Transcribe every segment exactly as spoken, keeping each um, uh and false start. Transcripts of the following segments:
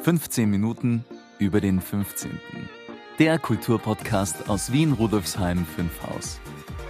fünfzehn Minuten über den fünfzehnten. Der Kulturpodcast aus Wien-Rudolfsheim fünf Haus.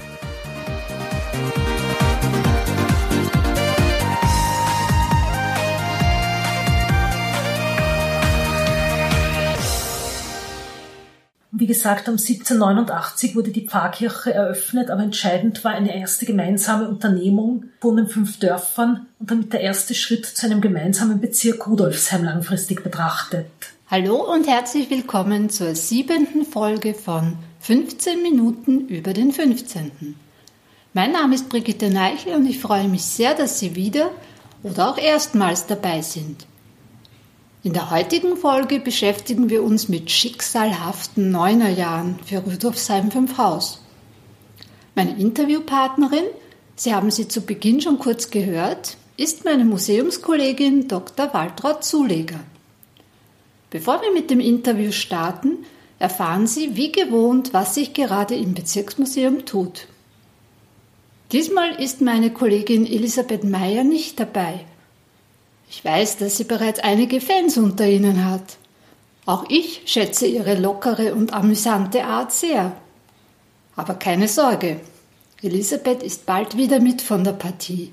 Wie gesagt, um siebzehnhundertneunundachtzig wurde die Pfarrkirche eröffnet, aber entscheidend war eine erste gemeinsame Unternehmung von den fünf Dörfern und damit der erste Schritt zu einem gemeinsamen Bezirk Rudolfsheim langfristig betrachtet. Hallo und herzlich willkommen zur siebenten Folge von fünfzehn Minuten über den fünfzehnten. Mein Name ist Brigitte Neichel und ich freue mich sehr, dass Sie wieder oder auch erstmals dabei sind. In der heutigen Folge beschäftigen wir uns mit schicksalhaften Neunerjahren für Rudolfsheim fünf Haus. Meine Interviewpartnerin, Sie haben sie zu Beginn schon kurz gehört, ist meine Museumskollegin Doktor Waltraud Zuleger. Bevor wir mit dem Interview starten, erfahren Sie wie gewohnt, was sich gerade im Bezirksmuseum tut. Diesmal ist meine Kollegin Elisabeth Meyer nicht dabei. Ich weiß, dass sie bereits einige Fans unter Ihnen hat. Auch ich schätze ihre lockere und amüsante Art sehr. Aber keine Sorge, Elisabeth ist bald wieder mit von der Partie.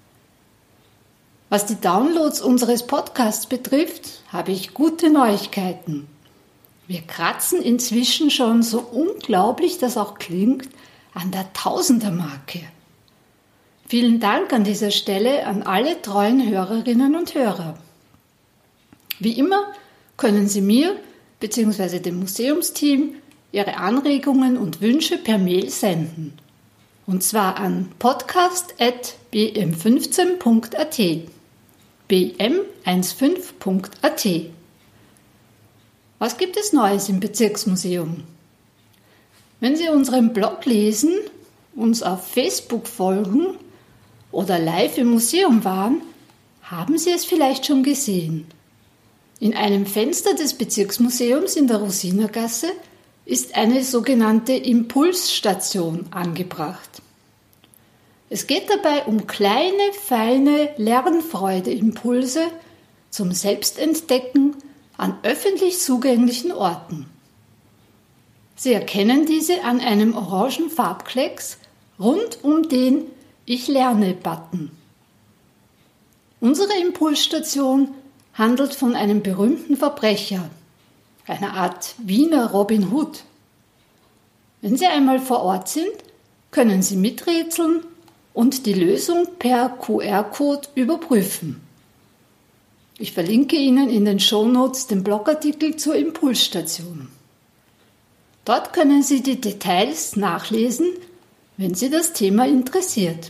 Was die Downloads unseres Podcasts betrifft, habe ich gute Neuigkeiten. Wir kratzen inzwischen schon, so unglaublich das auch klingt, an der Tausender-Marke. Vielen Dank an dieser Stelle an alle treuen Hörerinnen und Hörer. Wie immer können Sie mir bzw. dem Museumsteam Ihre Anregungen und Wünsche per Mail senden. Und zwar an podcast at b m fünfzehn punkt a t. b m fünfzehn punkt a t. Was gibt es Neues im Bezirksmuseum? Wenn Sie unseren Blog lesen, uns auf Facebook folgen oder live im Museum waren, haben Sie es vielleicht schon gesehen. In einem Fenster des Bezirksmuseums in der Rosinergasse ist eine sogenannte Impulsstation angebracht. Es geht dabei um kleine, feine Lernfreude-Impulse zum Selbstentdecken an öffentlich zugänglichen Orten. Sie erkennen diese an einem orangen Farbklecks rund um den Ich lerne-Button. Unsere Impulsstation handelt von einem berühmten Verbrecher, einer Art Wiener Robin Hood. Wenn Sie einmal vor Ort sind, können Sie miträtseln und die Lösung per Q R-Code überprüfen. Ich verlinke Ihnen in den Shownotes den Blogartikel zur Impulsstation. Dort können Sie die Details nachlesen, wenn Sie das Thema interessiert.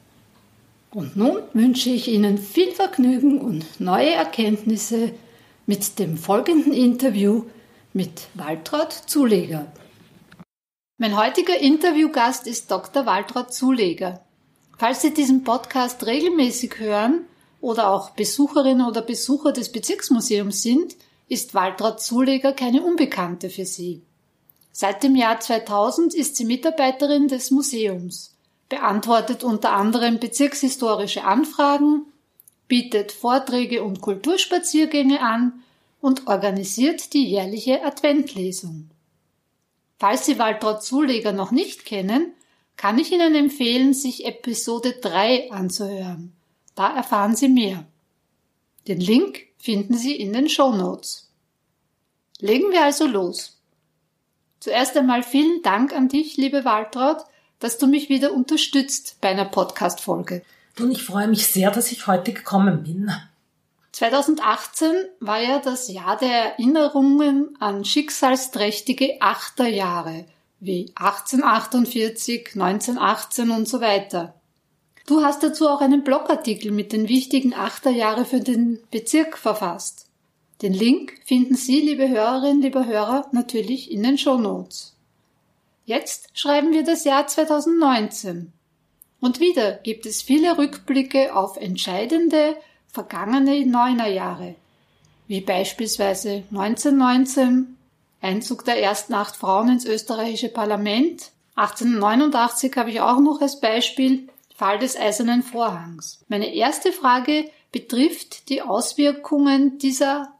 Und nun wünsche ich Ihnen viel Vergnügen und neue Erkenntnisse mit dem folgenden Interview mit Waltraud Zuleger. Mein heutiger Interviewgast ist Doktor Waltraud Zuleger. Falls Sie diesen Podcast regelmäßig hören oder auch Besucherinnen oder Besucher des Bezirksmuseums sind, ist Waltraud Zuleger keine Unbekannte für Sie. Seit dem Jahr zweitausend ist sie Mitarbeiterin des Museums, beantwortet unter anderem bezirkshistorische Anfragen, bietet Vorträge und Kulturspaziergänge an und organisiert die jährliche Adventlesung. Falls Sie Waltraud Zuleger noch nicht kennen, kann ich Ihnen empfehlen, sich Episode drei anzuhören. Da erfahren Sie mehr. Den Link finden Sie in den Shownotes. Legen wir also los. Zuerst einmal vielen Dank an dich, liebe Waltraud, dass du mich wieder unterstützt bei einer Podcast-Folge. Und ich freue mich sehr, dass ich heute gekommen bin. zweitausendachtzehn war ja das Jahr der Erinnerungen an schicksalsträchtige Achterjahre, wie achtzehnhundertachtundvierzig, neunzehnhundertachtzehn und so weiter. Du hast dazu auch einen Blogartikel mit den wichtigen Achterjahre für den Bezirk verfasst. Den Link finden Sie, liebe Hörerinnen, liebe Hörer, natürlich in den Shownotes. Jetzt schreiben wir das Jahr zweitausendneunzehn. Und wieder gibt es viele Rückblicke auf entscheidende, vergangene Neunerjahre, wie beispielsweise neunzehnhundertneunzehn, Einzug der ersten acht Frauen ins österreichische Parlament, achtzehnhundertneunundachtzig habe ich auch noch als Beispiel, Fall des Eisernen Vorhangs. Meine erste Frage betrifft die Auswirkungen dieser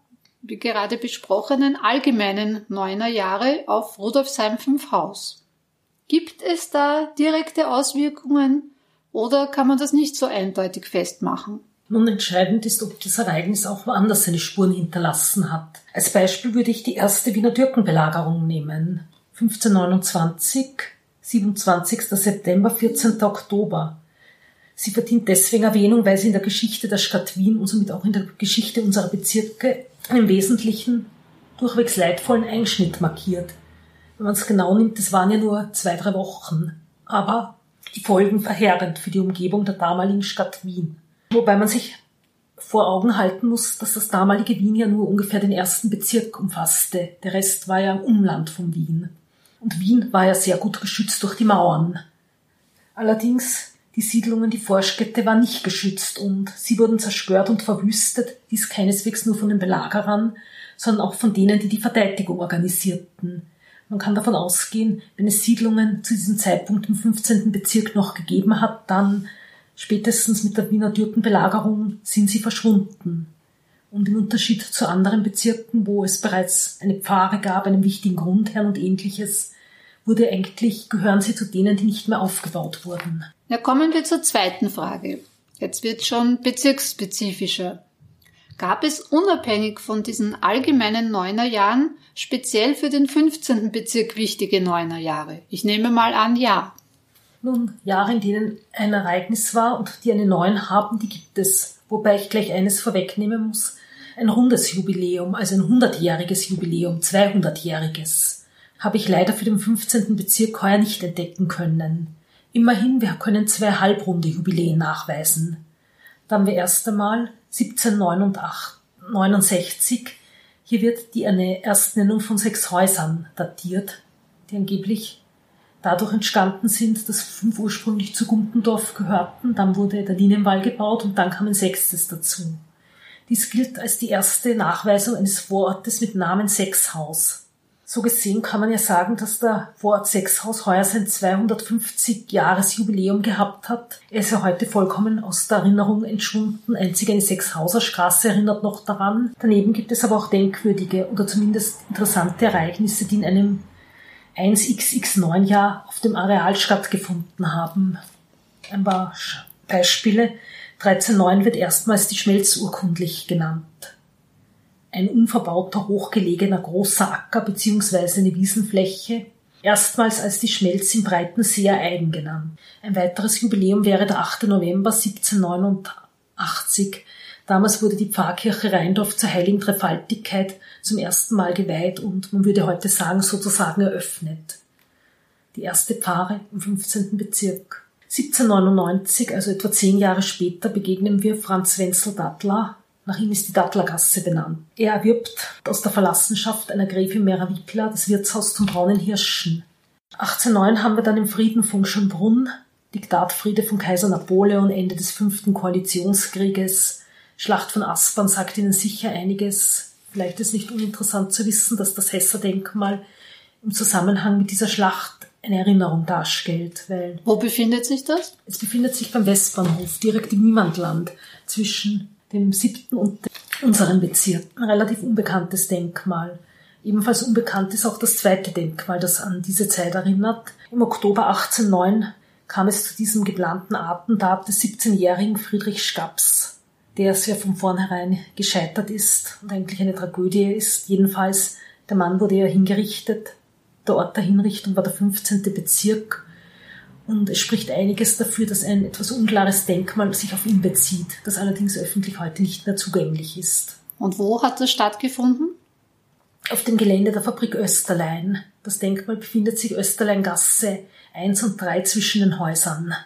wie gerade besprochenen allgemeinen Neunerjahre auf Rudolfsheim fünf Haus. Gibt es da direkte Auswirkungen oder kann man das nicht so eindeutig festmachen? Nun, entscheidend ist, ob das Ereignis auch woanders seine Spuren hinterlassen hat. Als Beispiel würde ich die erste Wiener Türkenbelagerung nehmen. fünfzehnhundertneunundzwanzig, siebenundzwanzigster September, vierzehnter Oktober. Sie verdient deswegen Erwähnung, weil sie in der Geschichte der Stadt Wien und somit auch in der Geschichte unserer Bezirke einen wesentlichen, durchwegs leidvollen Einschnitt markiert. Wenn man es genau nimmt, es waren ja nur zwei, drei Wochen, aber die Folgen verheerend für die Umgebung der damaligen Stadt Wien. Wobei man sich vor Augen halten muss, dass das damalige Wien ja nur ungefähr den ersten Bezirk umfasste. Der Rest war ja im Umland von Wien. Und Wien war ja sehr gut geschützt durch die Mauern. Allerdings, die Siedlungen, die Vorstädte waren nicht geschützt und sie wurden zerstört und verwüstet, dies keineswegs nur von den Belagerern, sondern auch von denen, die die Verteidigung organisierten. Man kann davon ausgehen, wenn es Siedlungen zu diesem Zeitpunkt im fünfzehnten Bezirk noch gegeben hat, dann spätestens mit der Wiener Türkenbelagerung sind sie verschwunden. Und im Unterschied zu anderen Bezirken, wo es bereits eine Pfarre gab, einen wichtigen Grundherrn und ähnliches, wurde eigentlich, gehören sie zu denen, die nicht mehr aufgebaut wurden. Ja, kommen wir zur zweiten Frage. Jetzt wird schon bezirksspezifischer. Gab es unabhängig von diesen allgemeinen Neunerjahren speziell für den fünfzehnten Bezirk wichtige Neunerjahre? Ich nehme mal an, ja. Nun, Jahre, in denen ein Ereignis war und die einen neuen haben, die gibt es. Wobei ich gleich eines vorwegnehmen muss. Ein rundes Jubiläum, also ein hundertjähriges Jubiläum, zweihundertjähriges, habe ich leider für den fünfzehnten Bezirk heuer nicht entdecken können. Immerhin, wir können zwei halbrunde Jubiläen nachweisen. Da haben wir erst einmal siebzehnhundertneunundsechzig. Hier wird die Erstnennung von sechs Häusern datiert, die angeblich dadurch entstanden sind, dass fünf ursprünglich zu Gumpendorf gehörten, dann wurde der Linienwall gebaut und dann kam ein sechstes dazu. Dies gilt als die erste Nachweisung eines Vorortes mit Namen Sechshaus. So gesehen kann man ja sagen, dass der Vorort Sechshaus heuer sein zweihundertfünfzig-Jahres-Jubiläum gehabt hat. Er ist ja heute vollkommen aus der Erinnerung entschwunden. Einzig eine Sechshauser-Straße erinnert noch daran. Daneben gibt es aber auch denkwürdige oder zumindest interessante Ereignisse, die in einem eins x x neun Jahr auf dem Areal stattgefunden haben. Ein paar Beispiele. dreizehnhundertneun wird erstmals die Schmelz urkundlich genannt. Ein unverbauter, hochgelegener großer Acker bzw. eine Wiesenfläche, erstmals als die Schmelz im Breitenseer Eigen genannt. Ein weiteres Jubiläum wäre der achter November siebzehnhundertneunundachtzig. Damals wurde die Pfarrkirche Rheindorf zur Heiligen Dreifaltigkeit zum ersten Mal geweiht und man würde heute sagen, sozusagen eröffnet. Die erste Pfarre im fünfzehnten Bezirk. siebzehnhundertneunundneunzig, also etwa zehn Jahre später, begegnen wir Franz Wenzel Dattler. Nach ihm ist die Dattlergasse benannt. Er erwirbt aus der Verlassenschaft einer Gräfin Mera-Wickler das Wirtshaus zum Braunen Hirschen. achtzehnhundertneun haben wir dann den Frieden von Schönbrunn, Diktatfriede von Kaiser Napoleon, Ende des fünften Koalitionskrieges, Schlacht von Aspern sagt Ihnen sicher einiges. Vielleicht ist nicht uninteressant zu wissen, dass das Hesser-Denkmal im Zusammenhang mit dieser Schlacht eine Erinnerung darstellt. Weil Wo befindet sich das? Es befindet sich beim Westbahnhof, direkt im Niemandland, zwischen dem siebten und unserem Bezirk. Ein relativ unbekanntes Denkmal. Ebenfalls unbekannt ist auch das zweite Denkmal, das an diese Zeit erinnert. Im Oktober achtzehnhundertneun kam es zu diesem geplanten Attentat des siebzehnjährigen Friedrich Scapps, der sehr von vornherein gescheitert ist und eigentlich eine Tragödie ist. Jedenfalls, der Mann wurde ja hingerichtet. Der Ort der Hinrichtung war der fünfzehnte Bezirk. Und es spricht einiges dafür, dass ein etwas unklares Denkmal sich auf ihn bezieht, das allerdings öffentlich heute nicht mehr zugänglich ist. Und wo hat das stattgefunden? Auf dem Gelände der Fabrik Österlein. Das Denkmal befindet sich Österleingasse eins und drei zwischen den Häusern.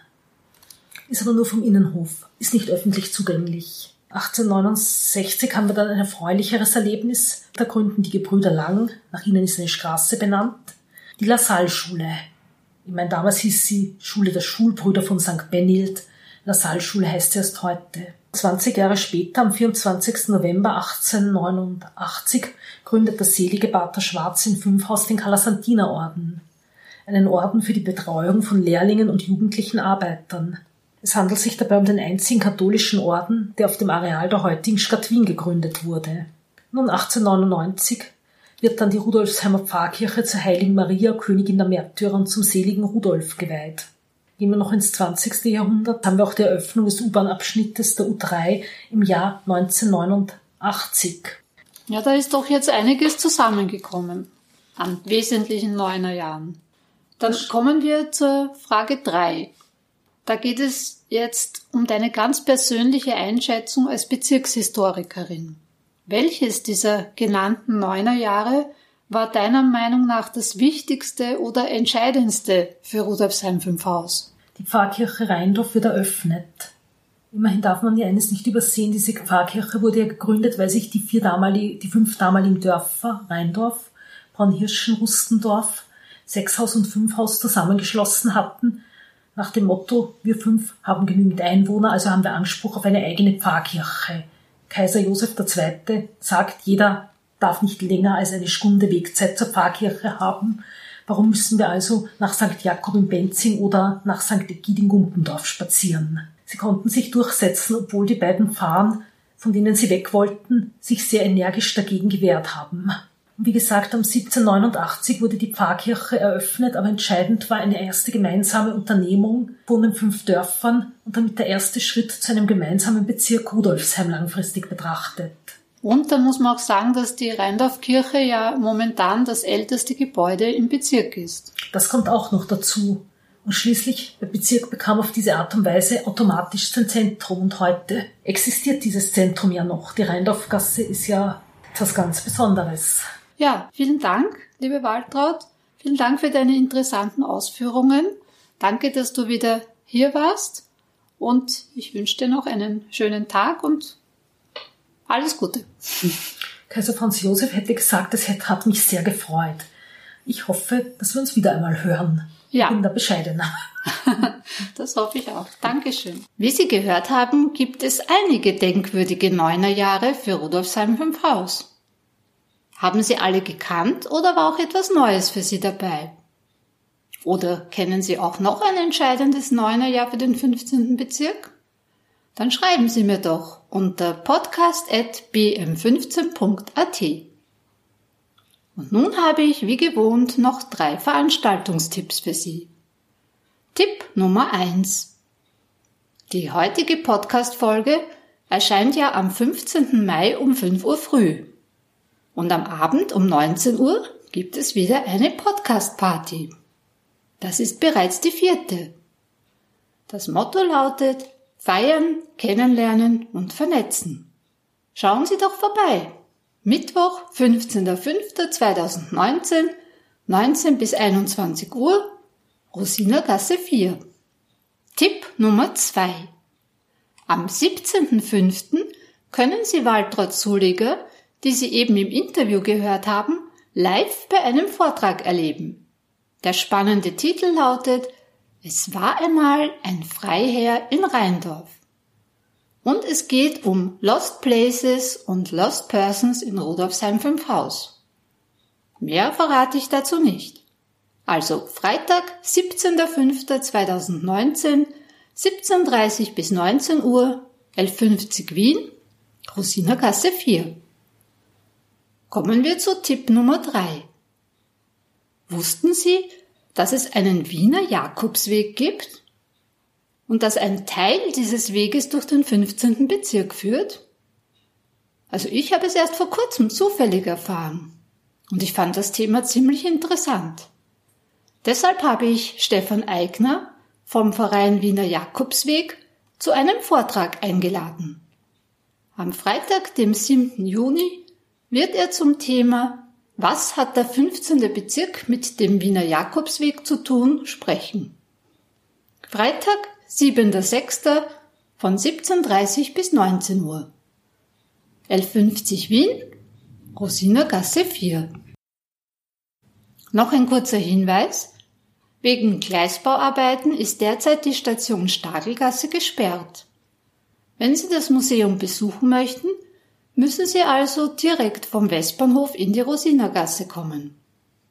Ist aber nur vom Innenhof, ist nicht öffentlich zugänglich. achtzehnhundertneunundsechzig haben wir dann ein erfreulicheres Erlebnis. Da gründen die Gebrüder Lang, nach ihnen ist eine Straße benannt, die LaSalle-Schule. Ich meine, damals hieß sie Schule der Schulbrüder von Sankt Benilde. LaSalle-Schule heißt sie erst heute. zwanzig Jahre später, am vierundzwanzigsten November achtzehnhundertneunundachtzig, gründet der selige Pater Schwarz in Fünfhaus den Kalasantiner-Orden. Einen Orden für die Betreuung von Lehrlingen und jugendlichen Arbeitern. Es handelt sich dabei um den einzigen katholischen Orden, der auf dem Areal der heutigen Stadt Wien gegründet wurde. Nun achtzehnhundertneunundneunzig wird dann die Rudolfsheimer Pfarrkirche zur Heiligen Maria, Königin der Märtyrer und zum seligen Rudolf geweiht. Gehen wir noch ins zwanzigste Jahrhundert, haben wir auch die Eröffnung des U-Bahn-Abschnittes der U drei im Jahr neunzehnhundertneunundachtzig. Ja, da ist doch jetzt einiges zusammengekommen an wesentlichen Neunerjahren. Dann kommen wir zur Frage drei. Da geht es jetzt um deine ganz persönliche Einschätzung als Bezirkshistorikerin. Welches dieser genannten Neunerjahre war deiner Meinung nach das Wichtigste oder Entscheidendste für Rudolfsheim-Fünfhaus? Die Pfarrkirche Rheindorf wird eröffnet. Immerhin darf man ja eines nicht übersehen, diese Pfarrkirche wurde ja gegründet, weil sich die vier damaligen, die fünf damaligen Dörfer, Rheindorf, Braunhirschen, Rustendorf, Sechshaus und Fünfhaus zusammengeschlossen hatten, nach dem Motto, wir fünf haben genügend Einwohner, also haben wir Anspruch auf eine eigene Pfarrkirche. Kaiser Josef der Zweite sagt, jeder darf nicht länger als eine Stunde Wegzeit zur Pfarrkirche haben. Warum müssen wir also nach Sankt Jakob in Benzing oder nach Sankt Egid in Gumpendorf spazieren? Sie konnten sich durchsetzen, obwohl die beiden Pfarren, von denen sie weg wollten, sich sehr energisch dagegen gewehrt haben. Und wie gesagt, am siebzehnhundertneunundachtzig wurde die Pfarrkirche eröffnet, aber entscheidend war eine erste gemeinsame Unternehmung von den fünf Dörfern und damit der erste Schritt zu einem gemeinsamen Bezirk Rudolfsheim langfristig betrachtet. Und dann muss man auch sagen, dass die Rheindorfkirche ja momentan das älteste Gebäude im Bezirk ist. Das kommt auch noch dazu. Und schließlich, der Bezirk bekam auf diese Art und Weise automatisch sein Zentrum. Und heute existiert dieses Zentrum ja noch. Die Rheindorfgasse ist ja etwas ganz Besonderes. Ja, vielen Dank, liebe Waltraud. Vielen Dank für deine interessanten Ausführungen. Danke, dass du wieder hier warst. Und ich wünsche dir noch einen schönen Tag und alles Gute. Kaiser Franz Josef hätte gesagt, es hat mich sehr gefreut. Ich hoffe, dass wir uns wieder einmal hören. Ja. Ich bin da bescheidener. Das hoffe ich auch. Dankeschön. Wie Sie gehört haben, gibt es einige denkwürdige Neunerjahre für Rudolfsheim-Fünfhaus. Haben Sie alle gekannt oder war auch etwas Neues für Sie dabei? Oder kennen Sie auch noch ein entscheidendes Neunerjahr für den fünfzehnten Bezirk? Dann schreiben Sie mir doch unter podcast at b m fünfzehn punkt a t. Und nun habe ich wie gewohnt noch drei Veranstaltungstipps für Sie. Tipp Nummer eins. Die heutige Podcast-Folge erscheint ja am fünfzehnten Mai um fünf Uhr früh. Und am Abend um neunzehn Uhr gibt es wieder eine Podcast-Party. Das ist bereits die vierte. Das Motto lautet: Feiern, kennenlernen und vernetzen. Schauen Sie doch vorbei. Mittwoch, fünfzehnten fünften zweitausendneunzehn, neunzehn bis einundzwanzig Uhr, Rosinergasse vier. Tipp Nummer zwei. Am siebzehnten fünften können Sie Waltraud Zuliger, die Sie eben im Interview gehört haben, live bei einem Vortrag erleben. Der spannende Titel lautet: Es war einmal ein Freiherr in Rheindorf. Und es geht um Lost Places und Lost Persons in Rudolfsheim-Fünfhaus. Mehr verrate ich dazu nicht. Also Freitag, siebzehnten fünften zweitausendneunzehn, siebzehn Uhr dreißig bis neunzehn Uhr, elf fünfzig Wien, Rosinergasse vier. Kommen wir zu Tipp Nummer drei. Wussten Sie, dass es einen Wiener Jakobsweg gibt und dass ein Teil dieses Weges durch den fünfzehnten Bezirk führt? Also ich habe es erst vor kurzem zufällig erfahren und ich fand das Thema ziemlich interessant. Deshalb habe ich Stefan Eigner vom Verein Wiener Jakobsweg zu einem Vortrag eingeladen. Am Freitag, dem siebten Juni, wird er zum Thema „Was hat der fünfzehnte Bezirk mit dem Wiener Jakobsweg zu tun?" sprechen. Freitag, siebten sechsten von siebzehn Uhr dreißig bis neunzehn Uhr. elf fünfzig Wien, Rosinergasse vier. Noch ein kurzer Hinweis. Wegen Gleisbauarbeiten ist derzeit die Station Stadelgasse gesperrt. Wenn Sie das Museum besuchen möchten, müssen Sie also direkt vom Westbahnhof in die Rosinergasse kommen.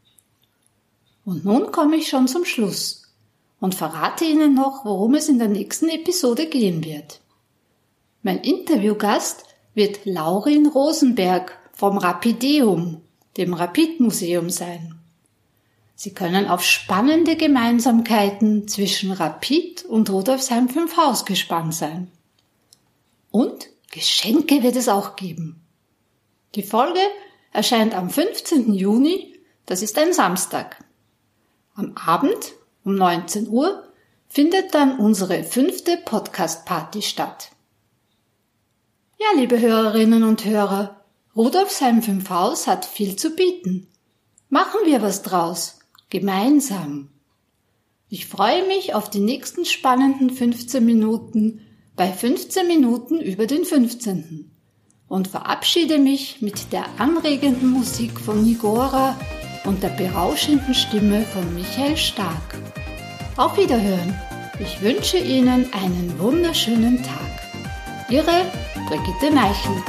Und nun komme ich schon zum Schluss und verrate Ihnen noch, worum es in der nächsten Episode gehen wird. Mein Interviewgast wird Laurin Rosenberg vom Rapideum, dem Rapidmuseum sein. Sie können auf spannende Gemeinsamkeiten zwischen Rapid und Rudolfsheim fünf Haus gespannt sein. Und Geschenke wird es auch geben. Die Folge erscheint am fünfzehnten Juni, das ist ein Samstag. Am Abend um neunzehn Uhr findet dann unsere fünfte Podcast-Party statt. Ja, liebe Hörerinnen und Hörer, Rudolfsheim fünf Haus hat viel zu bieten. Machen wir was draus. Gemeinsam. Ich freue mich auf die nächsten spannenden fünfzehn Minuten bei fünfzehn Minuten über den fünfzehnten und verabschiede mich mit der anregenden Musik von Nigora und der berauschenden Stimme von Michael Stark. Auf Wiederhören. Ich wünsche Ihnen einen wunderschönen Tag. Ihre Brigitte Neichel.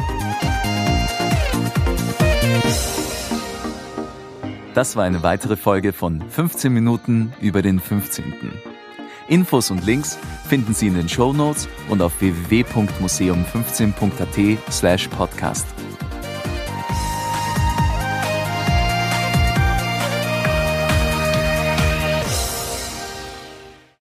Das war eine weitere Folge von fünfzehn Minuten über den fünfzehnten Infos und Links finden Sie in den Shownotes und auf w w w punkt museum fünfzehn punkt a t slash podcast.